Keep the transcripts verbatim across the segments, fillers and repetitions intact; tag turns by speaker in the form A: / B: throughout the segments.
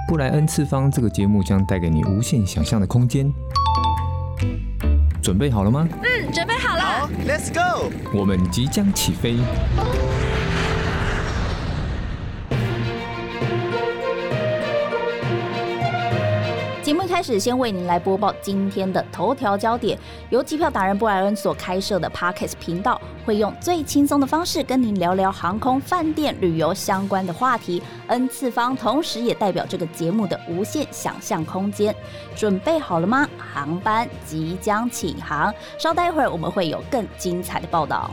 A: 布莱恩次方这个节目将带给你无限想象的空间。准备好了吗？
B: 嗯，准备好了。
C: 好 ，Let's go！
A: 我们即将起飞。
B: 节目一开始，先为您来播报今天的头条焦点。由机票达人布莱恩所开设的 Podcast 频道，会用最轻松的方式跟您聊聊航空、饭店、旅游相关的话题。N 次方同时也代表这个节目的无限想象空间。准备好了吗？航班即将起航，稍待一会儿我们会有更精彩的报道。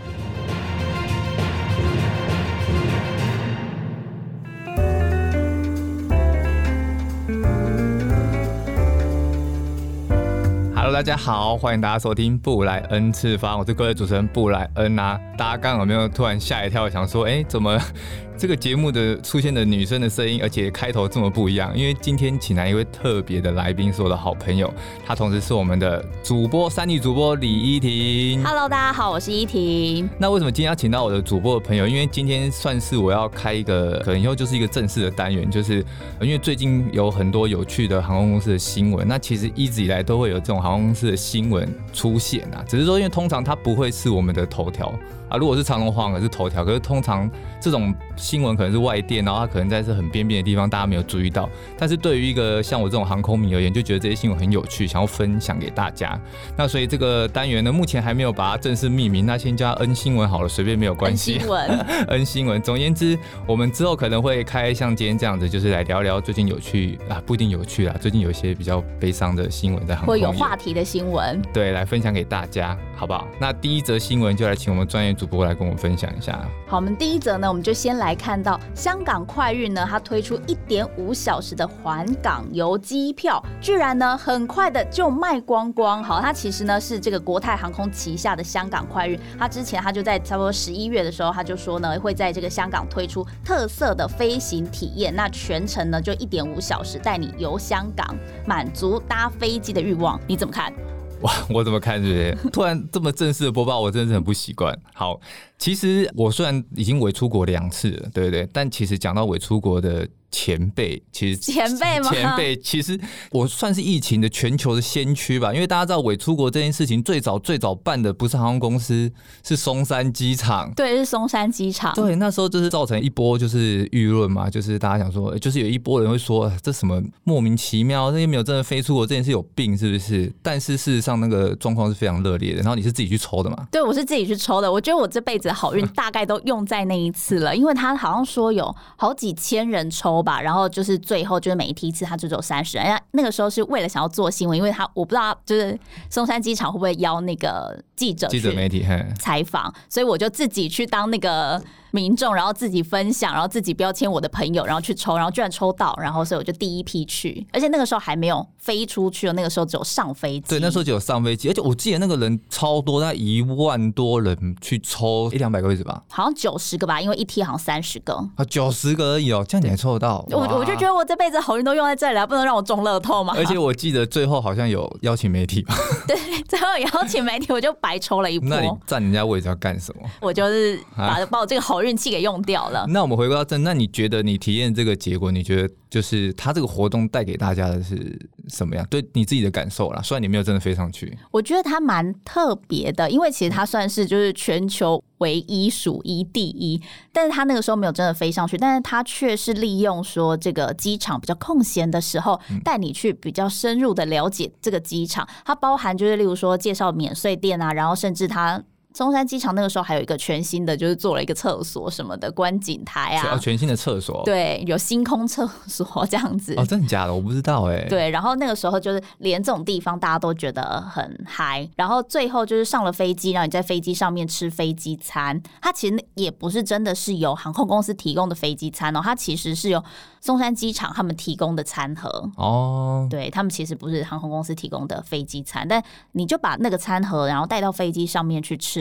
A: Hello， 大家好，欢迎大家收听布莱恩次方，我是各位主持人布莱恩啊。大家刚刚有没有突然吓一跳，想说，哎，怎么这个节目的出现的女生的声音，而且开头这么不一样？因为今天请来一位特别的来宾，是我的好朋友，她同时是我们的主播三女主播李依婷。
B: Hello， 大家好，我是依婷。
A: 那为什么今天要请到我的主播的朋友？因为今天算是我要开一个，可能以后就是一个正式的单元，就是因为最近有很多有趣的航空公司的新闻，那其实一直以来都会有这种航空公司的新闻出现啊，只是说因为通常它不会是我们的头条啊，如果是长荣华航是头条，可是通常这种新闻可能是外电，然后它可能在是很边边的地方，大家没有注意到。但是对于一个像我这种航空迷而言，就觉得这些新闻很有趣，想要分享给大家。那所以这个单元呢，目前还没有把它正式命名，那先叫 N 新闻好了，随便没有关系。
B: N 新闻
A: ，N 新闻。总而言之，我们之后可能会开像今天这样子，就是来聊聊最近有趣啊，不一定有趣啦，最近有一些比较悲伤的新闻在航空业，
B: 会有话题的新闻，
A: 对，来分享给大家，好不好？那第一则新闻就来请我们专业主播来跟我们分享一下。
B: 好，我们第一则呢，我们就先来看到香港快运呢，它推出一点五小时的环港游机票，居然呢很快的就卖光光。好，它其实呢是这个国泰航空旗下的香港快运，它之前它就在差不多十一月的时候，它就说呢会在这个香港推出特色的飞行体验，那全程呢就一点五小时带你游香港，满足搭飞机的欲望。你怎么看？
A: 哇，我怎么看是不是？突然这么正式的播报，我真的是很不习惯。好，其实我虽然已经伪出国两次了，对不对？但其实讲到伪出国的前辈，其实
B: 前辈吗？
A: 前辈，其实我算是疫情的全球的先驱吧。因为大家知道伪出国这件事情，最早最早办的不是航空公司，是松山机场。
B: 对，是松山机场。
A: 对，那时候就是造成一波就是舆论嘛，就是大家想说，就是有一波人会说这什么莫名其妙，这些没有真的飞出国这件事有病是不是？但是事实上那个状况是非常热烈的。然后你是自己去抽的嘛？
B: 对，我是自己去抽的。我觉得我这辈子的好运大概都用在那一次了，因为他好像说有好几千人抽吧，然后就是最后就是每一批次他就只有三十人。那个时候是为了想要做新闻，因为他我不知道就是松山机场会不会邀那个记者
A: 记者媒体
B: 采访，所以我就自己去当那个民众，然后自己分享，然后自己标签我的朋友，然后去抽，然后居然抽到，然后所以我就第一批去，而且那个时候还没有飞出去，那个时候只有上飞机。
A: 对，那时候只有上飞机，而且我记得那个人超多，大概一万多人去抽一两百个位置吧，
B: 好像九十个吧，因为一梯好像三十个
A: 啊，九十个而已哦，这样你还抽得到？
B: 我我就觉得我这辈子好运都用在这里了，不能让我中乐透嘛。
A: 而且我记得最后好像有邀请媒体吧？
B: 对，最后邀请媒体，我就白抽了一波。
A: 那你占人家位置要干什么？
B: 我就是把、啊、把我这个好运气给用掉了。
A: 那我们回归到正，那你觉得你体验这个结果，你觉得就是他这个活动带给大家的是什么样？对你自己的感受啦，虽然你没有真的飞上去，
B: 我觉得它蛮特别的，因为其实它算是就是全球唯一数一第一，但是他那个时候没有真的飞上去，但是他却是利用说这个机场比较空闲的时候，带你去比较深入的了解这个机场。它包含就是例如说介绍免税店啊，然后甚至它松山机场那个时候还有一个全新的，就是做了一个厕所什么的，观景台啊，
A: 全新的厕所，
B: 对，有星空厕所这样子。
A: 哦，真的假的？我不知道哎、欸。
B: 对，然后那个时候就是连这种地方大家都觉得很嗨，然后最后就是上了飞机，然后你在飞机上面吃飞机餐，它其实也不是真的是由航空公司提供的飞机餐哦，它其实是由松山机场他们提供的餐盒哦，对，他们其实不是航空公司提供的飞机餐，但你就把那个餐盒然后带到飞机上面去吃。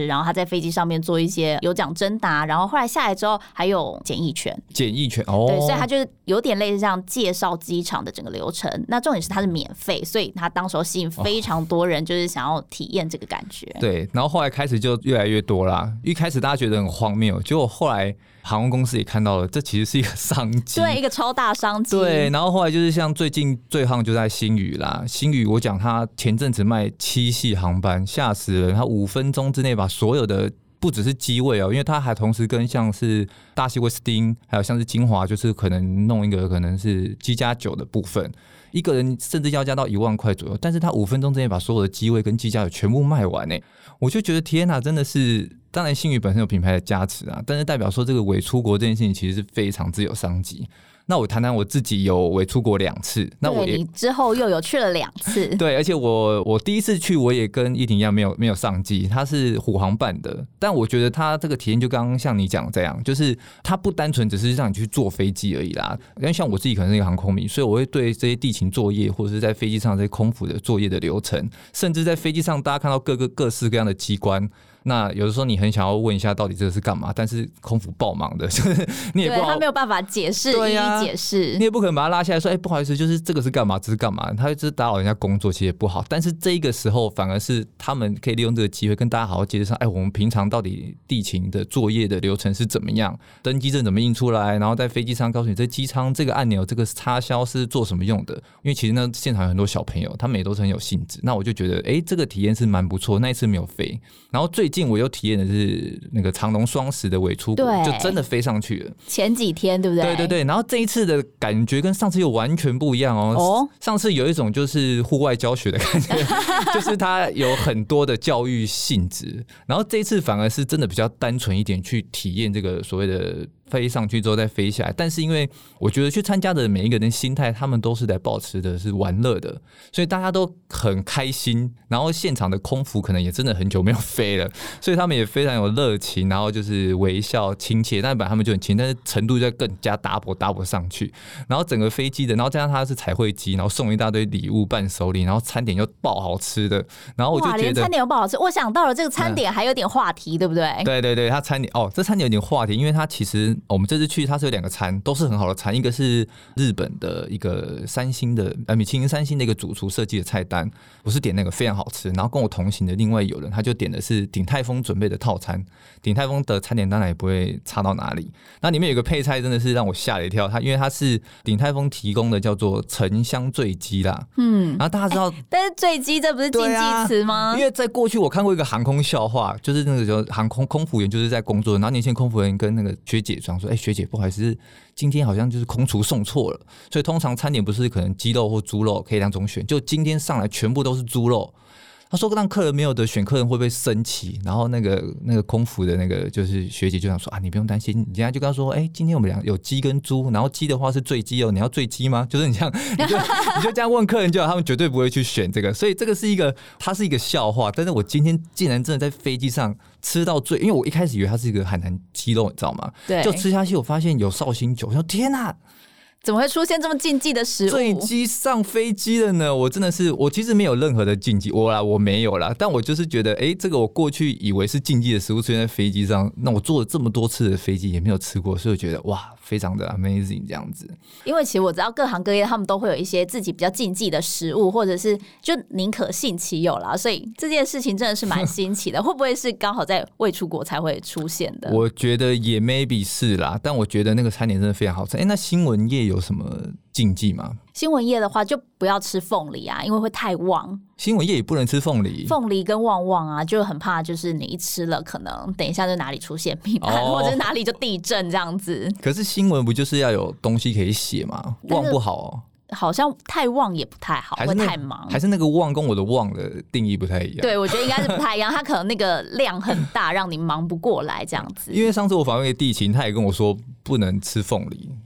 B: 吃，然后他在飞机上面做一些有奖征答，然后后来下来之后还有检疫权，
A: 检疫权哦，
B: 对，所以他就是有点类似这样介绍机场的整个流程。那重点是它是免费，所以他当时候吸引非常多人，就是想要体验这个感觉。
A: 哦、对，然后后来开始就越来越多啦。一开始大家觉得很荒谬，结果后来航空公司也看到了，这其实是一个商机，
B: 对，一个超大商机。
A: 对，然后后来就是像最近最夯就在星宇啦，星宇我讲他前阵子卖七系航班，吓死人，他五分钟之内把所有的。不只是机位哦，因为他还同时跟像是大西威斯汀，还有像是金华，就是可能弄一个可能是机加酒的部分，一个人甚至要加到一万块左右，但是他五分钟之内把所有的机位跟机加酒全部卖完呢，我就觉得天哪，真的是，当然星宇本身有品牌的加持啊，但是代表说这个伪出国这件事情其实是非常之有商机。那我谈谈我自己有伪出国两次，那我
B: 也你之后又有去了两次，
A: 对，而且我我第一次去我也跟依婷一样没有没有上机，它是虎航办的，但我觉得它这个体验就刚刚像你讲这样，就是它不单纯只是让你去坐飞机而已啦，因为像我自己可能是一个航空迷，所以我会对这些地勤作业或者是在飞机上这些空服的作业的流程，甚至在飞机上大家看到各个各式各样的机关。那有的时候你很想要问一下到底这个是干嘛，但是空服爆忙的，就是你也不知道，
B: 对他没有办法解释，一一解释，
A: 你也不可能把他拉下来说，哎、欸，不好意思，就是这个是干嘛，这是干嘛，他就是打扰人家工作，其实也不好。但是这个时候反而是他们可以利用这个机会跟大家好好介绍，哎、欸，我们平常到底地勤的作业的流程是怎么样，登机证怎么印出来，然后在飞机上告诉你这机舱这个按钮这个插销是做什么用的。因为其实呢，现场有很多小朋友，他们也都是很有兴致。那我就觉得，哎、欸，这个体验是蛮不错。那一次没有飞，然后最近我又体验的是。是那个长荣双十的伪出国，就真的飞上去了。
B: 前几天对不对？
A: 对对对。然后这一次的感觉跟上次又完全不一样哦。哦上次有一种就是户外教学的感觉，就是它有很多的教育性质。然后这一次反而是真的比较单纯一点，去体验这个所谓的。飞上去之后再飞下来，但是因为我觉得去参加的每一个人心态，他们都是在保持的是玩乐的，所以大家都很开心。然后现场的空服可能也真的很久没有飞了，所以他们也非常有热情，然后就是微笑亲切。但本来他们就很亲，但是程度就更加 double double 上去。然后整个飞机的，然后加上它是彩绘机，然后送一大堆礼物伴手礼，然后餐点又爆好吃的。然后我就觉得
B: 连餐点又爆好吃，我想到了这个餐点还有点话题，嗯、对不对？
A: 对对对，它餐点哦，这餐点有点话题，因为它其实。我们这次去，它是有两个餐，都是很好的餐。一个是日本的一个三星的呃米其林三星的一个主厨设计的菜单，我是点那个非常好吃。然后跟我同行的另外有人，他就点的是鼎泰丰准备的套餐。鼎泰丰的餐点当然也不会差到哪里。那里面有个配菜真的是让我吓了一跳，它因为它是鼎泰丰提供的叫做沉香醉鸡啦。嗯，然后大家知道，欸、
B: 但是醉鸡这不是禁忌词吗？
A: 啊？因为在过去我看过一个航空笑话，就是那个时候航空空服员就是在工作，然后年轻空服员跟那个学姐讲说：“哎、欸，学姐，不好意思，今天好像就是空厨送错了，所以通常餐点不是可能鸡肉或猪肉可以两种选，就今天上来全部都是猪肉。”他说让客人没有得选，客人会不会生气？然后那个那个空服的那个就是学姐就想说啊，你不用担心，你现在就跟他说，哎、欸，今天我们俩有鸡跟猪，然后鸡的话是醉鸡哦，你要醉鸡吗？就是你这样，你就你就这样问客人就好，他们绝对不会去选这个。所以这个是一个，它是一个笑话。但是我今天竟然真的在飞机上吃到醉，因为我一开始以为它是一个海南鸡肉，你知道吗？
B: 对，
A: 就吃下去，我发现有绍兴酒，我说天哪！
B: 怎么会出现这么禁忌的食物？
A: 醉鸡上飞机了呢？我真的是，我其实没有任何的禁忌，我啦，我没有啦。但我就是觉得，哎、欸，这个我过去以为是禁忌的食物出现在飞机上，那我坐了这么多次的飞机也没有吃过，所以我觉得哇，非常的 amazing 这样子。
B: 因为其实我知道各行各业他们都会有一些自己比较禁忌的食物，或者是就宁可信其有啦，所以这件事情真的是蛮新奇的。会不会是刚好在未出国才会出现的？
A: 我觉得也 maybe 是啦，但我觉得那个餐点真的非常好吃。哎、欸，那新闻业有什么禁忌吗？
B: 新闻业的话就不要吃凤梨啊，因为会太旺。
A: 新闻业也不能吃凤梨，
B: 凤梨跟旺旺啊，就很怕，就是你一吃了，可能等一下就哪里出现命案，哦、或者是哪里就地震这样子。
A: 可是新闻不就是要有东西可以写吗？旺不好哦。
B: 好像太旺也不太好，会太忙。
A: 还是那个旺跟我的旺的定义不太一样？
B: 对，我觉得应该是不太一样。它可能那个量很大，让你忙不过来这样子。
A: 因为上次我访问一个地勤，他也跟我说不能吃凤梨，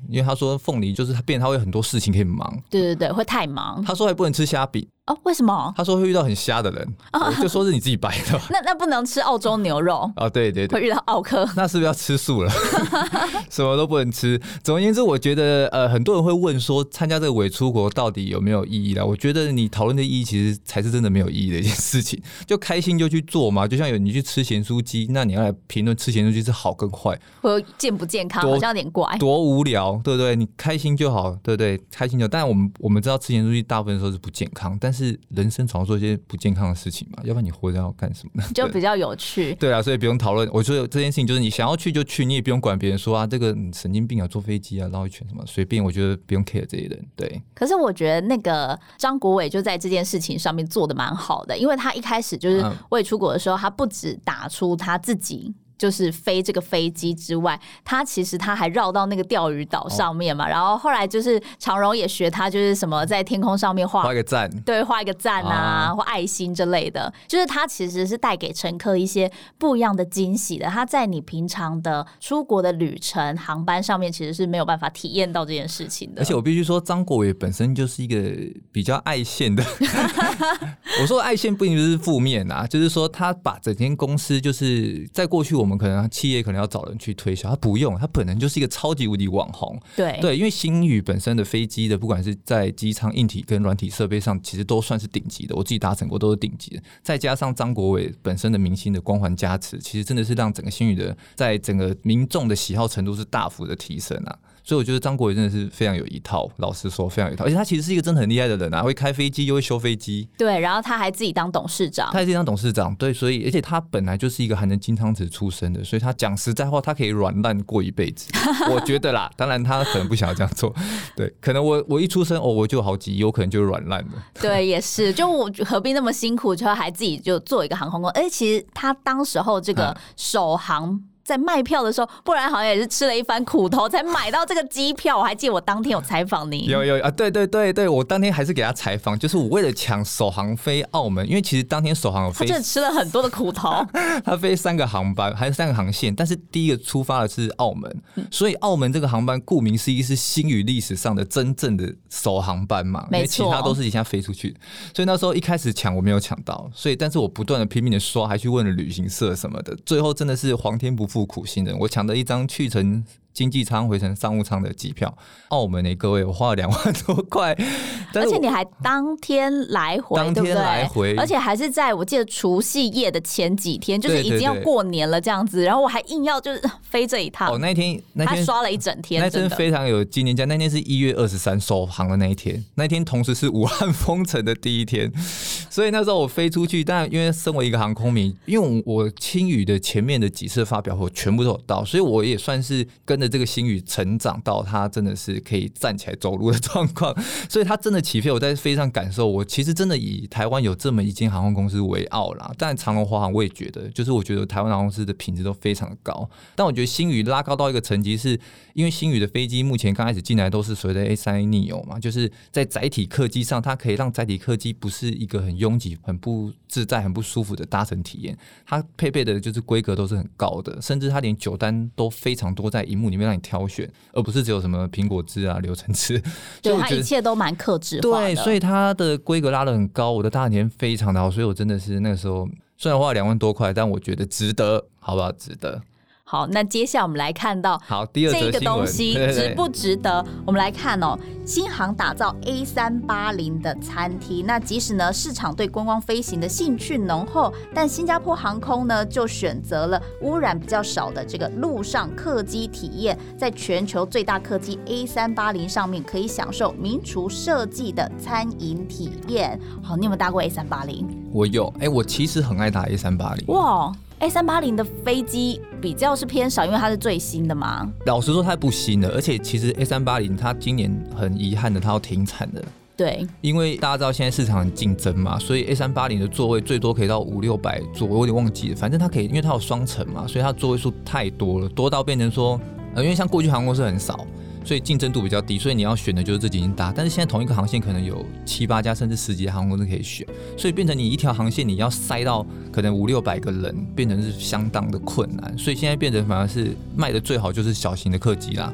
A: 因为他说凤梨就是它变它会有很多事情可以忙，
B: 对对对，会太忙。
A: 他说还不能吃虾饼。
B: 哦，为什么？
A: 他说会遇到很瞎的人，哦、就说是你自己掰的。
B: 那那不能吃澳洲牛肉
A: 哦，对对对，
B: 会遇到奥克。
A: 那是不是要吃素了？什么都不能吃。总而言之，我觉得呃，很多人会问说，参加这个伪出国到底有没有意义啦？我觉得你讨论的意义其实才是真的没有意义的一件事情。就开心就去做嘛，就像有你去吃咸酥鸡，那你要来评论吃咸酥鸡是好跟坏，
B: 或健不健康，好像有点怪，
A: 多无聊，对不对？你开心就好，对不对？开心就好。但我们我们知道吃咸酥鸡大部分时候是不健康，但是人生总要做一些不健康的事情嘛，要不然你活着要干什么呢？
B: 就比较有趣。
A: 对啊，所以不用讨论。我觉得这件事情就是你想要去就去，你也不用管别人说啊，这个神经病啊，坐飞机啊，绕一圈什么，随便。我觉得不用 care 这些人。对。
B: 可是我觉得那个张国伟就在这件事情上面做的蛮好的，因为他一开始就是为出国的时候，他不只打出他自己。就是飞这个飞机之外，他其实他还绕到那个钓鱼岛上面嘛、哦，然后后来就是长荣也学他，就是什么在天空上面画
A: 画一个赞，
B: 对，画一个赞啊、哦，或爱心之类的，就是他其实是带给乘客一些不一样的惊喜的。他在你平常的出国的旅程航班上面，其实是没有办法体验到这件事情的。
A: 而且我必须说，张国伟本身就是一个比较爱现的，我说爱现不一定就是负面啊，就是说他把整间公司就是在过去我。我们可能企业可能要找人去推销，他不用，他本人就是一个超级无敌网红。
B: 对
A: 对，因为星宇本身的飞机的，不管是在机舱硬体跟软体设备上，其实都算是顶级的。我自己搭乘过都是顶级的，再加上张国伟本身的明星的光环加持，其实真的是让整个星宇的在整个民众的喜好程度是大幅的提升啊。所以我觉得张国伟真的是非常有一套，老实说非常有一套，而且他其实是一个真的很厉害的人啊，会开飞机又会修飞机，
B: 对，然后他还自己当董事长，
A: 他还自己当董事长，对，所以而且他本来就是一个含着金汤匙出身的，所以他讲实在话，他可以软烂过一辈子，我觉得啦，当然他可能不想要这样做，对，可能我我一出生哦，我就有好几亿，有可能就软烂了，
B: 对，也是，就我何必那么辛苦，就还自己就做一个航空公司，而且其实他当时候这个首航。在卖票的时候，不然好像也是吃了一番苦头才买到这个机票。我还记得我当天有采访你，
A: 有有啊，对对对对，我当天还是给他采访，就是我为了抢首航飞澳门，因为其实当天首航有飞，
B: 他真的吃了很多的苦头。
A: 他飞三个航班，还是三个航线，但是第一个出发的是澳门，嗯、所以澳门这个航班顾名思义是星宇历史上的真正的首航班嘛，因为其他都是以前飞出去的，所以那时候一开始抢我没有抢到，所以但是我不断的拼命的刷，还去问了旅行社什么的，最后真的是皇天不负苦心人，我抢了一张去程经济舱回程商务舱的机票，澳门呢、欸，各位，我花了两万多块，
B: 而且你还当天来回，
A: 当天来回，
B: 而且还是在我记得除夕夜的前几天，就是已经要过年了这样子，对对对，然后我还硬要就是飞这一趟。
A: 哦，那天那天
B: 他刷了一整天，
A: 那天非常有纪念价。那天是一月二十三首航的那一天，那天同时是武汉封城的第一天，所以那时候我飞出去，但因为身为一个航空迷，因为我青宇的前面的几次发表会我全部都有到，所以我也算是跟着这个星宇成长到他真的是可以站起来走路的状况，所以他真的起飞，我在飞上感受，我其实真的以台湾有这么一间航空公司为傲啦。但长荣、华航我也觉得，就是我觉得台湾航空公司的品质都非常的高，但我觉得星宇拉高到一个层级，是因为星宇的飞机目前刚开始进来都是所谓的 A 三 A Neo 嘛，就是在载体客机上，它可以让载体客机不是一个很拥挤、很不自在、很不舒服的搭乘体验，它配备的就是规格都是很高的，甚至它连酒单都非常多在萤幕里面让你挑选，而不是只有什么苹果汁啊、柳橙汁，
B: 对，它一切都蛮客制化的。
A: 对，所以它的规格拉得很高，我的大体验非常的好，所以我真的是那个时候虽然花了两万多块，但我觉得值得，好不好？值得。
B: 好，那接下来我们来看到
A: 好第二则新闻
B: 这个东西值不值得？我们来看哦，新航打造 A 三八零 的餐厅。那即使呢市场对观光飞行的兴趣浓厚，但新加坡航空呢就选择了污染比较少的这个陆上客机体验，在全球最大客机 A 三八零 上面可以享受名厨设计的餐饮体验。好，你有没有搭过 A 三八零？
A: 我有，哎、欸，我其实很爱搭 A 三八零。
B: 哇！A 三八零 的飞机比较是偏少，因为它是最新的嘛。
A: 老实说，它不新的，而且其实 A 三八零 它今年很遗憾的，它要停产的。
B: 对，
A: 因为大家知道现在市场很竞争嘛，所以 A 三八零 的座位最多可以到五六百座，我有点忘记了。反正它可以，因为它有双层嘛，所以它座位数太多了，多到变成说，呃，因为像过去航空公司很少。所以竞争度比较低，所以你要选的就是这几间大，但是现在同一个航线可能有七八家甚至十几家航空公司可以选，所以变成你一条航线你要塞到可能五六百个人，变成是相当的困难。所以现在变成反而是卖的最好就是小型的客机啦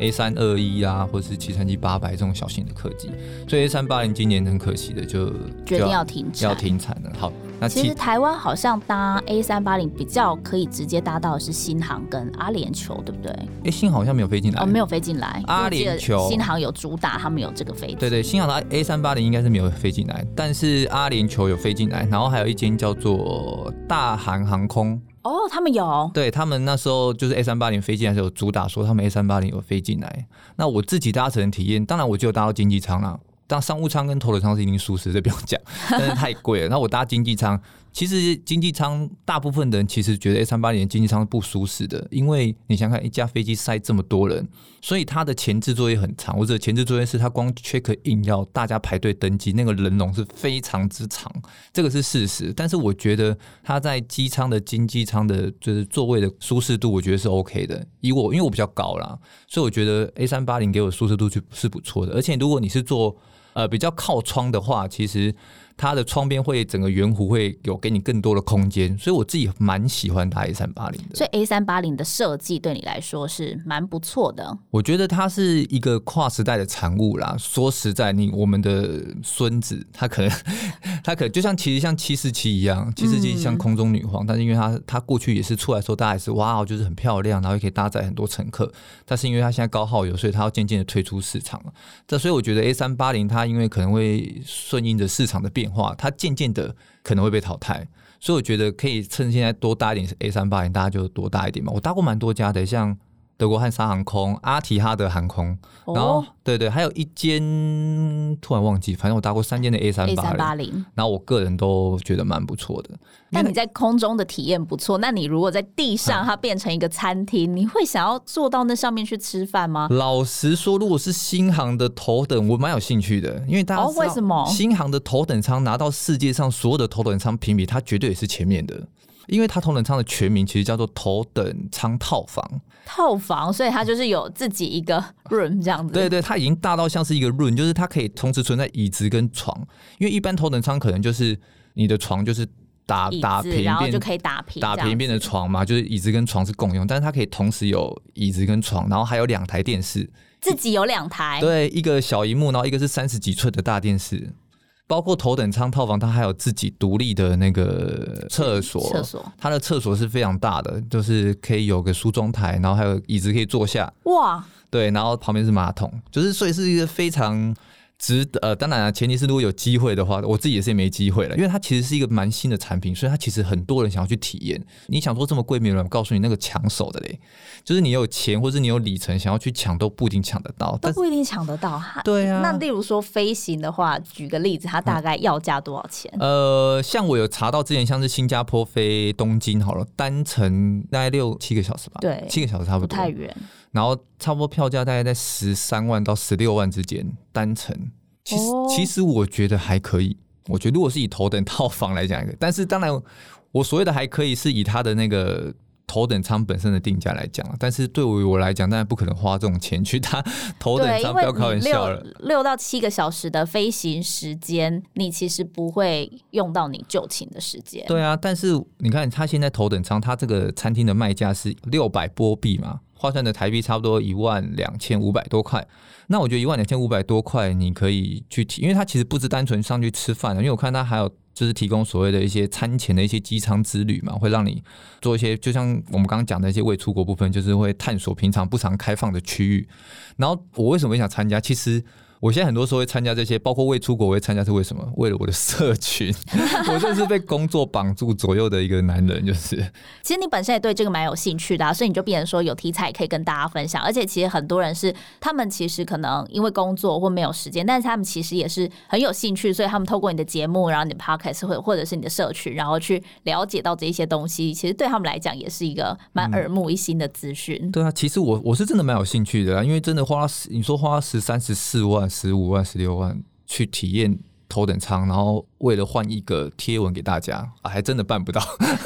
A: A 三二一啊，或是七三七八百这种小型的客机，所以 A 三八零 今年很可惜的就
B: 决定要停产，
A: 要停产了。好，那
B: 其实台湾好像搭 A 三八零 比较可以直接搭到的是新航跟阿联酋，对不对？
A: 哎，新航好像没有飞进来，
B: 哦，没有飞进来。
A: 阿联酋
B: 新航有主打，他们有这个飞机。
A: 对对，新航的 A 三八零 应该是没有飞进来，但是阿联酋有飞进来，然后还有一间叫做大韩航空。
B: 哦，他们有，
A: 对，他们那时候就是 A 三八零 飞进来的时候有主打说他们 A 三八零 有飞进来。那我自己搭乘体验，当然我就有搭到经济舱啦，当商务舱跟头等舱是一定舒适，这不用讲，但是太贵了。那我搭经济舱，其实经济舱大部分的人其实觉得 A 三八零 的经济舱不舒适的，因为你想想看，一架飞机塞这么多人，所以它的前置作业很长。我指的前置作业是它光 check in 要大家排队登机，那个人龙是非常之长，这个是事实。但是我觉得它在机舱的经济舱的就是座位的舒适度，我觉得是 OK 的。以我因为我比较高啦，所以我觉得 A 三八零 给我的舒适度是不错的。而且如果你是坐呃比较靠窗的话，其实它的窗边会整个圆弧会有给你更多的空间，所以我自己蛮喜欢搭 A 三八零 的。
B: 所以 A 三八零 的设计对你来说是蛮不错的。
A: 我觉得它是一个跨时代的产物啦。说实在，你我们的孙子他可能他可能就像其实像七四七一样，七四七像空中女皇，嗯、但是因为它它过去也是出来的时候，大家也是哇，就是很漂亮，然后也可以搭载很多乘客。但是因为它现在高耗油，所以它要渐渐的退出市场了。这所以我觉得 A 三八零 它因为可能会顺应着市场的变化，它渐渐的可能会被淘汰，所以我觉得可以趁现在多搭一点 A 三八零，大家就多搭一点嘛。我搭过蛮多家的，像德国汉莎航空、阿提哈德航空，然后、哦、对对，还有一间突然忘记，反正我搭过三间的 A 三八零，然后我个人都觉得蛮不错的。
B: 那你在空中的体验不错，那你如果在地上它变成一个餐厅、嗯，你会想要坐到那上面去吃饭吗？
A: 老实说，如果是新航的头等，我蛮有兴趣的，因为大家知道、哦、
B: 为什么
A: 新航的头等舱拿到世界上所有的头等舱评比，它绝对也是前面的。因为它头等舱的全名其实叫做头等舱套房，
B: 套房，所以它就是有自己一个 room 这样子。
A: 对对，它已经大到像是一个 room， 就是它可以同时存在椅子跟床。因为一般头等舱可能就是你的床就是打打平，
B: 然后就可以打平
A: 打平变的床嘛，就是椅子跟床是共用，但是它可以同时有椅子跟床，然后还有两台电视，
B: 自己有两台，
A: 对，一个小萤幕，然后一个是三十几寸的大电视。包括头等舱套房，它还有自己独立的那个厕所，厕所它的厕所是非常大的，就是可以有个梳妆台，然后还有椅子可以坐下。哇，对，然后旁边是马桶，就是所以是一个非常值得。呃，当然啊，前提是如果有机会的话，我自己也是没机会了，因为它其实是一个蛮新的产品，所以它其实很多人想要去体验。你想说这么贵没有人告诉你那个抢手的嘞，就是你有钱或是你有里程想要去抢都不一定抢得到，
B: 都不一定抢得到。
A: 对啊，
B: 那例如说飞行的话，举个例子，它大概要价多少钱？
A: 呃，像我有查到之前，像是新加坡飞东京好了，单程大概六七个小时吧，
B: 对，
A: 七个小时差不多，
B: 不太远。
A: 然后差不多票价大概在十三万到十六万之间单程。其实、哦、其实我觉得还可以，我觉得如果是以头等套房来讲，但是当然我所谓的还可以是以它的那个头等舱本身的定价来讲，但是对于我来讲，当然不可能花这种钱去搭头等舱，不要开玩笑了。
B: 六到七个小时的飞行时间，你其实不会用到你就寝的时间。
A: 对啊，但是你看，他现在头等舱，他这个餐厅的卖价是六百波币嘛，换算的台币差不多一万两千五百多块。那我觉得一万两千五百多块，你可以去提，因为它其实不是单纯上去吃饭的，因为我看它还有就是提供所谓的一些餐前的一些机舱之旅嘛，会让你做一些，就像我们刚刚讲的一些未出国部分，就是会探索平常不常开放的区域。然后我为什么会想参加？其实我现在很多时候会参加这些，包括未出国我会参加，是为什么？为了我的社群。我真的是被工作绑住左右的一个男人，就是。
B: 其实你本身也对这个蛮有兴趣的、啊，所以你就变成说有题材可以跟大家分享。而且其实很多人是他们其实可能因为工作或没有时间，但是他们其实也是很有兴趣，所以他们透过你的节目，然后你的 podcast 或或者是你的社群，然后去了解到这一些东西，其实对他们来讲也是一个蛮耳目一新的资讯、嗯。对
A: 啊，其实我我是真的蛮有兴趣的、啊，因为真的花你说花十三十四万。十五万、十六万去体验头等舱，然后为了换一个贴文给大家、啊，还真的办不到。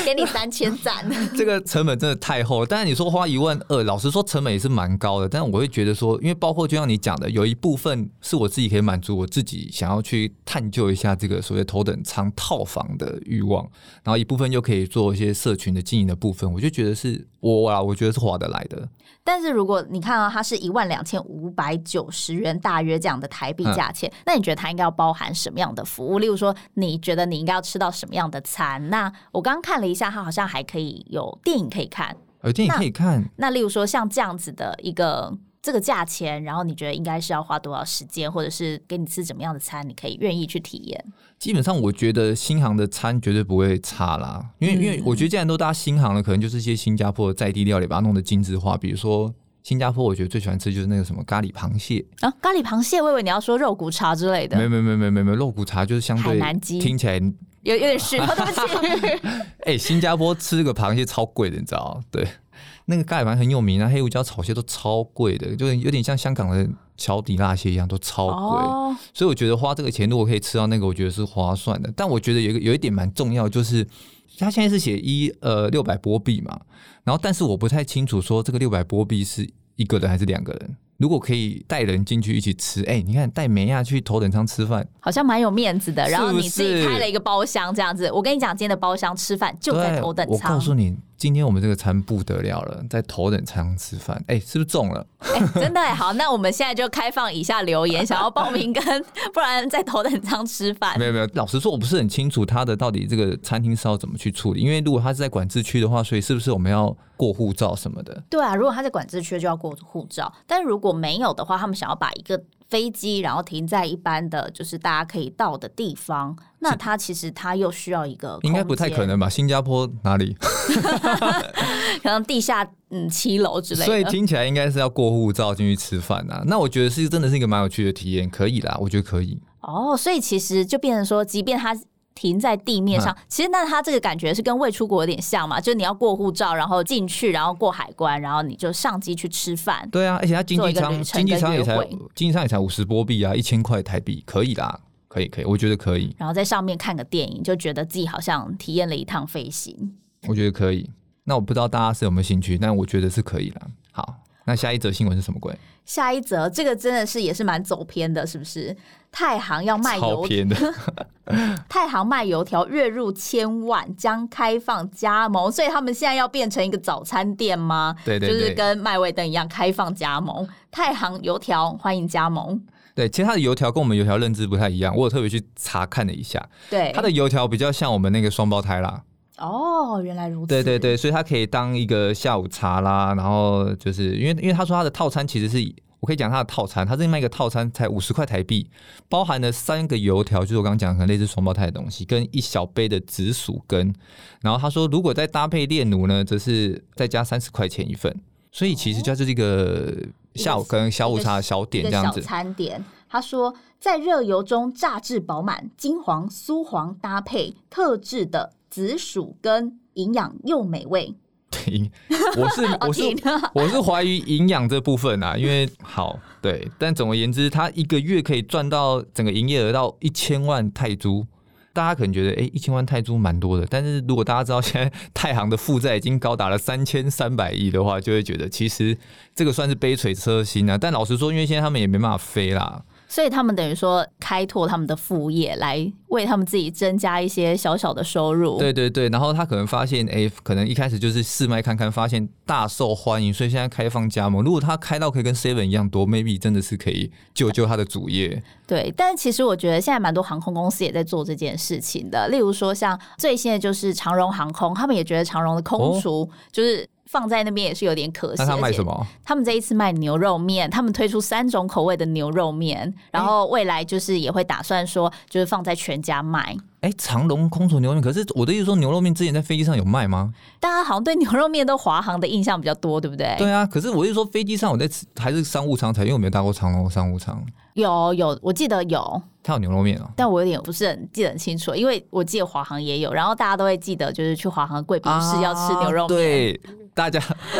B: 给你三千赞。
A: 这个成本真的太厚了。但是你说花一万二，老实说成本也是蛮高的。但我会觉得说，因为包括就像你讲的，有一部分是我自己可以满足我自己想要去探究一下这个所谓头等舱套房的欲望，然后一部分又可以做一些社群的经营的部分，我就觉得是我啊，我觉得是划得来的。
B: 但是如果你看到它是一万两千五百九十元，大约这样的台币价钱、嗯，那你觉得它应该要包含什么样的服务？例如说，你觉得你应该要吃到什么样的餐？那我刚刚看了一下，它好像还可以有电影可以看，
A: 有电影可以看。
B: 那, 那例如说像这样子的一个这个价钱，然后你觉得应该是要花多少时间，或者是给你吃怎么样的餐，你可以愿意去体验？
A: 基本上我觉得新航的餐绝对不会差啦，因为、嗯、因为我觉得既然都搭新航了，可能就是一些新加坡的在地料理把它弄得精致化，比如说新加坡我觉得最喜欢吃就是那个什么咖喱螃蟹
B: 啊，咖喱螃蟹，我以为你要说肉骨茶之类的。
A: 没有没有没有没有没有，肉骨茶就是相对
B: 海南鸡
A: 听起来
B: 有有点虚，对不起。
A: 哎、欸，新加坡吃个螃蟹超贵的，你知道？对，那个咖喱螃很有名啊，黑胡椒炒蟹都超贵的，就有点像香港的小底辣蟹一样，都超贵、哦。所以我觉得花这个钱如果可以吃到那个，我觉得是划算的。但我觉得有一个有一点蛮重要，就是他现在是写一呃六百波币嘛，然后但是我不太清楚说这个六百波币是一个人还是两个人。如果可以带人进去一起吃，哎、欸，你看带美亚去头等舱吃饭，
B: 好像蛮有面子的。然后你自己开了一个包厢这样子，我跟你讲，今天的包厢吃饭就在头等舱。我
A: 告诉你，今天我们这个餐不得了了，在头等舱吃饭，哎、欸，是不是中了？
B: 哎、欸，真的哎，好，那我们现在就开放以下留言，想要报名跟不然在头等舱吃饭。
A: 没有没有，老实说，我不是很清楚他的到底这个餐厅是要怎么去处理，因为如果他是在管制区的话，所以是不是我们要过护照什么的？
B: 对啊，如果他在管制区就要过护照，但如果没有的话，他们想要把一个飞机然后停在一般的就是大家可以到的地方，那它其实它又需要一个空间，
A: 应该不太可能吧？新加坡哪里？
B: 可能地下嗯七楼之类的，
A: 所以听起来应该是要过护照进去吃饭啊。那我觉得是真的是一个蛮有趣的体验，可以啦，我觉得可以。
B: 哦，所以其实就变成说，即便它停在地面上、嗯、其实那它这个感觉是跟未出国有点像嘛，就是你要过护照然后进去，然后过海关，然后你就上机去吃饭。
A: 对啊，而且它经济舱经济舱也才经济舱也才五十波币啊，一千块台币，可以啦，可以可以，我觉得可以。
B: 然后在上面看个电影，就觉得自己好像体验了一趟飞行，
A: 我觉得可以。那我不知道大家是有没有兴趣，但我觉得是可以啦。好，那下一则新闻是什么鬼？
B: 下一则这个真的是也是蛮走偏的，是不是？太行要卖油，
A: 超偏的。
B: 太行卖油条月入千万，将开放加盟，所以他们现在要变成一个早餐店吗？
A: 对对对，
B: 就是跟麦味登一样开放加盟。太行油条欢迎加盟。
A: 对，其实它的油条跟我们油条认知不太一样，我有特别去查看了一下。
B: 对，
A: 它的油条比较像我们那个双胞胎啦。
B: 哦，原来如此。
A: 对对对，所以它可以当一个下午茶啦，然后就是因为因为他说他的套餐其实是。我可以讲它的套餐，它是卖一个套餐才五十块台币，包含了三个油条，就是我刚刚讲可能类似双胞胎的东西，跟一小杯的紫薯根。然后他说，如果再搭配炼乳呢，则是再加三十块钱一份。所以其实就是一个下午跟小午茶的小点这样子。
B: 小餐点。他说，在热油中炸至饱满，金黄酥黄搭配特制的紫薯根，营养又美味。
A: 我是我是我是怀疑营养这部分啊，因为好对，但总而言之，他一个月可以赚到整个营业额到一千万泰铢。大家可能觉得，哎、欸，一千万泰铢蛮多的，但是如果大家知道现在太行的负债已经高达了三千三百亿的话，就会觉得其实这个算是杯水车薪啊。但老实说，因为现在他们也没办法飞啦。
B: 所以他们等于说开拓他们的副业，来为他们自己增加一些小小的收入。
A: 对对对，然后他可能发现，哎，可能一开始就是试卖看看，发现大受欢迎，所以现在开放加盟。如果他开到可以跟 Seven 一样多 ，maybe 真的是可以救救他的主业。
B: 对，但其实我觉得现在蛮多航空公司也在做这件事情的，例如说像最新的就是长荣航空，他们也觉得长荣的空厨就是。哦放在那边也是有点可惜。
A: 那他卖什么？
B: 他们这一次卖牛肉面，他们推出三种口味的牛肉面，然后未来就是也会打算说，就是放在全家卖。
A: 哎、欸，长荣空厨牛肉面，可是我的意思说，牛肉面之前在飞机上有卖吗？
B: 大家好像对牛肉面都华航的印象比较多，对不对？
A: 对啊，可是我是说飞机上我在吃还是商务舱才，因为我没有搭过长荣商务舱。
B: 有有，我记得有。
A: 它有牛肉面哦，
B: 但我有点不是很记得很清楚，因为我记得华航也有，然后大家都会记得就是去华航贵宾室要吃牛肉面。
A: 啊、对，大家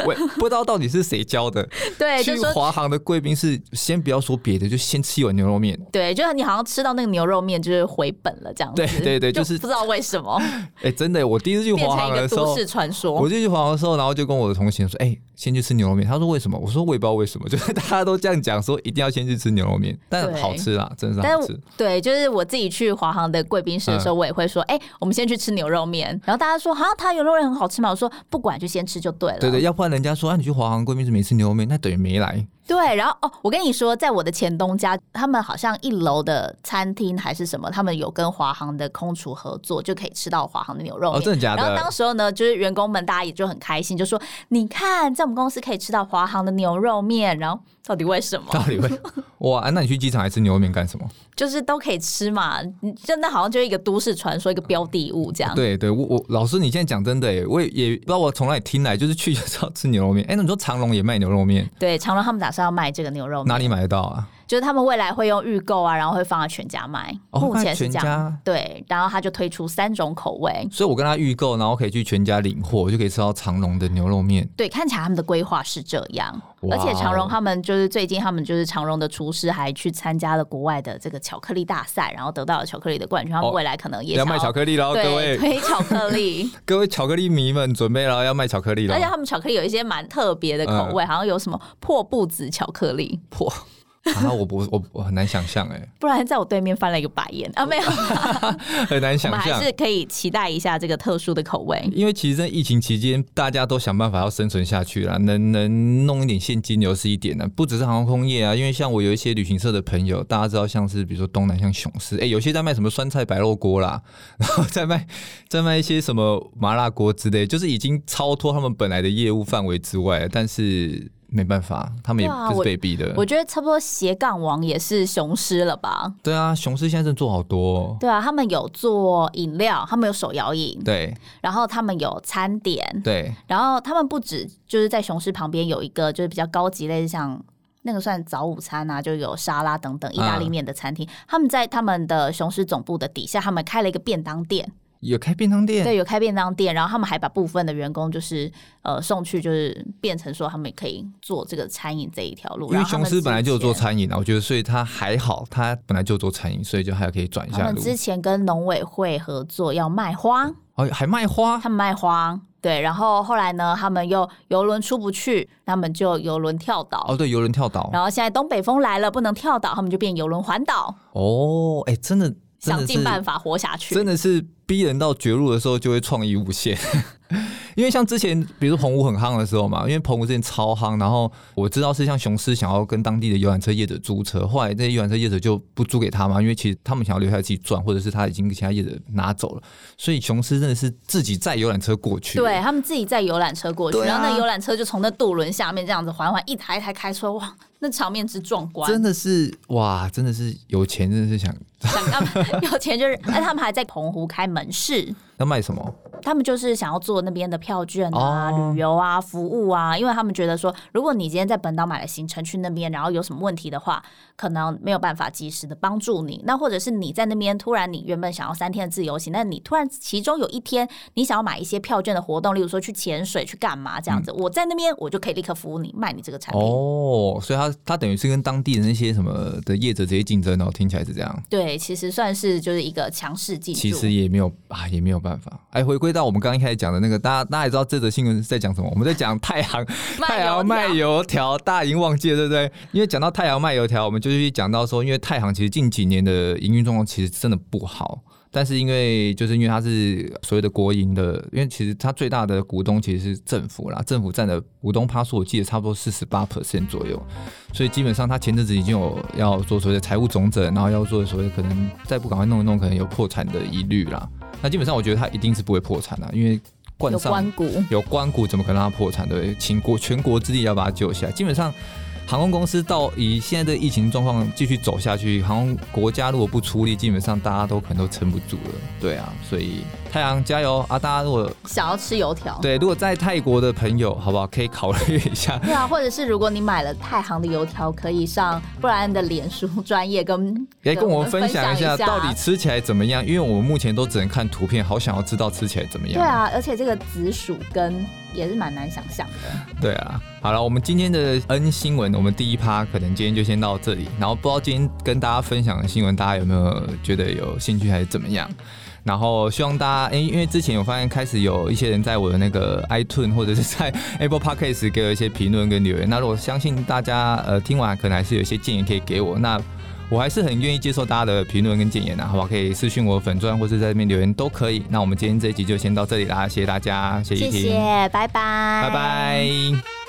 A: 我不知道到底是谁教的。
B: 对，
A: 去华航的贵宾是先不要说别的，就先吃一碗牛肉面。
B: 对，就是你好像吃到那个牛肉面就是回本了这样子。
A: 对对对，就是
B: 不知道为什么。
A: 哎、欸，真的，我第一次去华航的时候，变成一个
B: 都市传说。
A: 我就去华航的时候，然后就跟我的同行说：“哎、欸，先去吃牛肉面。”他说：“为什么？”我说：“我也不知道为什么，就是大家都这样讲，说一定要先去吃牛肉面，但好吃啦，真的是好吃。”
B: 对，就是我自己去华航的贵宾室的时候，嗯、我也会说：“哎、欸，我们先去吃牛肉面。”然后大家说：“哈，他牛肉面很好吃吗？”我说：“不管，就先吃就对了。”
A: 对对，要不然人家说：“啊，你去华航贵宾室没吃牛肉面，那等于没来。”
B: 对，然后哦，我跟你说，在我的前东家，他们好像一楼的餐厅还是什么，他们有跟华航的空厨合作，就可以吃到华航的牛肉面。
A: 哦，真的假的？
B: 然后当时候呢，就是员工们大家也就很开心，就说：“你看，在我们公司可以吃到华航的牛肉面。”然后到底为什么？
A: 到底为哇、啊？那你去机场还吃牛肉面干什么？
B: 就是都可以吃嘛，真的好像就是一个都市传说，一个标的物这样。
A: 对对，我我老师，你现在讲真的耶，我也也不知道我从哪里听来，就是去就是要吃牛肉面。哎，那你说长荣也卖牛肉面？
B: 对，长荣他们打算要卖这个牛肉面，
A: 哪里买得到啊？
B: 就是他们未来会用预购啊，然后会放在全家卖。
A: 哦、
B: 目前是这样，对，然后他就推出三种口味，
A: 所以我跟他预购，然后可以去全家领货，我就可以吃到长荣的牛肉面。
B: 对，看起来他们的规划是这样，而且长荣他们就是最近他们就是长荣的厨师还去参加了国外的这个巧克力大赛，然后得到了巧克力的冠军。他们未来可能也
A: 要卖巧克力了，各位
B: 推巧克力，
A: 各位巧克力迷们准备了要卖巧克力了。
B: 而且他们巧克力有一些蛮特别的口味，嗯、好像有什么破布子巧克力。
A: 破啊，我我我我很难想象哎，
B: 不然在我对面翻了一个白眼啊，没有，
A: 很难想象。
B: 我们还是可以期待一下这个特殊的口味，
A: 因为其实在疫情期间，大家都想办法要生存下去啦，能能弄一点现金流是一点呢，不只是航空业啊，因为像我有一些旅行社的朋友，大家知道像是比如说东南像雄狮，哎、欸，有些在卖什么酸菜白肉锅啦，然后再卖再卖一些什么麻辣锅之类，就是已经超脱他们本来的业务范围之外，但是。没办法，他们也不是被逼的。
B: 啊、我, 我觉得差不多斜杠王也是雄狮了吧？
A: 对啊，雄狮现在真的做好多、哦。
B: 对啊，他们有做饮料，他们有手摇饮，
A: 对，
B: 然后他们有餐点，
A: 对，
B: 然后他们不止就是在雄狮旁边有一个就是比较高级类似像那个算早午餐啊，就有沙拉等等意大利面的餐厅、嗯。他们在他们的雄狮总部的底下，他们开了一个便当店。
A: 有开便当店，
B: 对，有开便当店，然后他们还把部分的员工就是呃送去，就是变成说他们也可以做这个餐饮这一条路。
A: 因为雄狮本来就有做餐饮啊，我觉得所以他还好，他本来就做餐饮，所以就还可以转一下路。
B: 他们之前跟农委会合作要卖花，
A: 哦，还卖花？
B: 他们卖花，对，然后后来呢，他们又邮轮出不去，他们就邮轮跳岛。
A: 哦，对，邮轮跳岛。
B: 然后现在东北风来了，不能跳岛，他们就变邮轮环岛。
A: 哦，哎，真的。
B: 想尽办法活下去，
A: 真的是逼人到绝路的时候就会创意无限。因为像之前比如说澎湖很夯的时候嘛，因为澎湖之前超夯，然后我知道是像雄狮想要跟当地的游览车业者租车，后来这些游览车业者就不租给他嘛，因为其实他们想要留下来自己赚，或者是他已经其他业者拿走了，所以雄狮真的是自己载游览车过去，
B: 对他们自己载游览车过去、啊、然后那游览车就从那渡轮下面这样子缓缓一台一台开出来，哇，那场面之壮观，真
A: 的是哇，真的是有钱，真的是想
B: 想要有钱就是，哎，他们还在澎湖开门市，
A: 要卖什么？
B: 他们就是想要做那边的票券啊、哦、旅游啊、服务啊，因为他们觉得说，如果你今天在本岛买了行程去那边，然后有什么问题的话，可能没有办法及时的帮助你。那或者是你在那边突然你原本想要三天的自由行，但你突然其中有一天你想要买一些票券的活动，例如说去潜水、去干嘛这样子，嗯、我在那边我就可以立刻服务你，卖你这个产品。
A: 哦，所以他他等于是跟当地的那些什么的业者直接竞争哦，听起来是这样。
B: 对，其实算是就是一个强势进驻。
A: 其实也没有啊，也没有办法。哎，回归到我们刚刚一开始讲的那个，大家大家也知道这则新闻是在讲什么？我们在讲太阳太阳卖油条，大家已经忘记了，对不对？因为讲到太阳卖油条，我们就去讲到说，因为太行其实近几年的营运状况其实真的不好。但是因为就是因为它是所谓的国营的，因为其实它最大的股东其实是政府啦，政府占的股东趴数我记得差不多是 百分之四十八 左右，所以基本上它前阵子已经有要做所谓的财务总整，然后要做所谓的可能再不赶快弄一弄可能有破产的疑虑啦。那基本上我觉得它一定是不会破产啦，因为冠上
B: 有官股，
A: 有官股怎么可能让它破产？对，请国全国之力要把它救下来。基本上航空公司到以现在的疫情状况继续走下去，航空国家如果不出力，基本上大家都可能都撑不住了。对啊，所以太太阳加油啊！大家如果
B: 想要吃油条，
A: 对，如果在泰国的朋友，好不好？可以考虑一下。
B: 对啊，或者是如果你买了太行的油条，可以上布莱恩的脸书专页跟
A: 来跟我们分享一下，到底吃起来怎么样？因为我们目前都只能看图片，好想要知道吃起来怎么样。
B: 对啊，而且这个紫薯根也是蛮难想象的。
A: 对啊，好了，我们今天的 N 新闻，我们第一趴可能今天就先到这里。然后不知道今天跟大家分享的新闻，大家有没有觉得有兴趣还是怎么样？然后希望大家，欸、因为之前我发现开始有一些人在我的那个 iTunes 或者是在 Apple Podcast 给我一些评论跟留言。那如果相信大家呃听完可能还是有一些建议可以给我，那我还是很愿意接受大家的评论跟建言啊，好不好？可以私讯我粉专或是在这边留言都可以。那我们今天这一集就先到这里啦，谢谢大家，谢谢依婷，
B: 谢谢，拜拜，
A: 拜拜。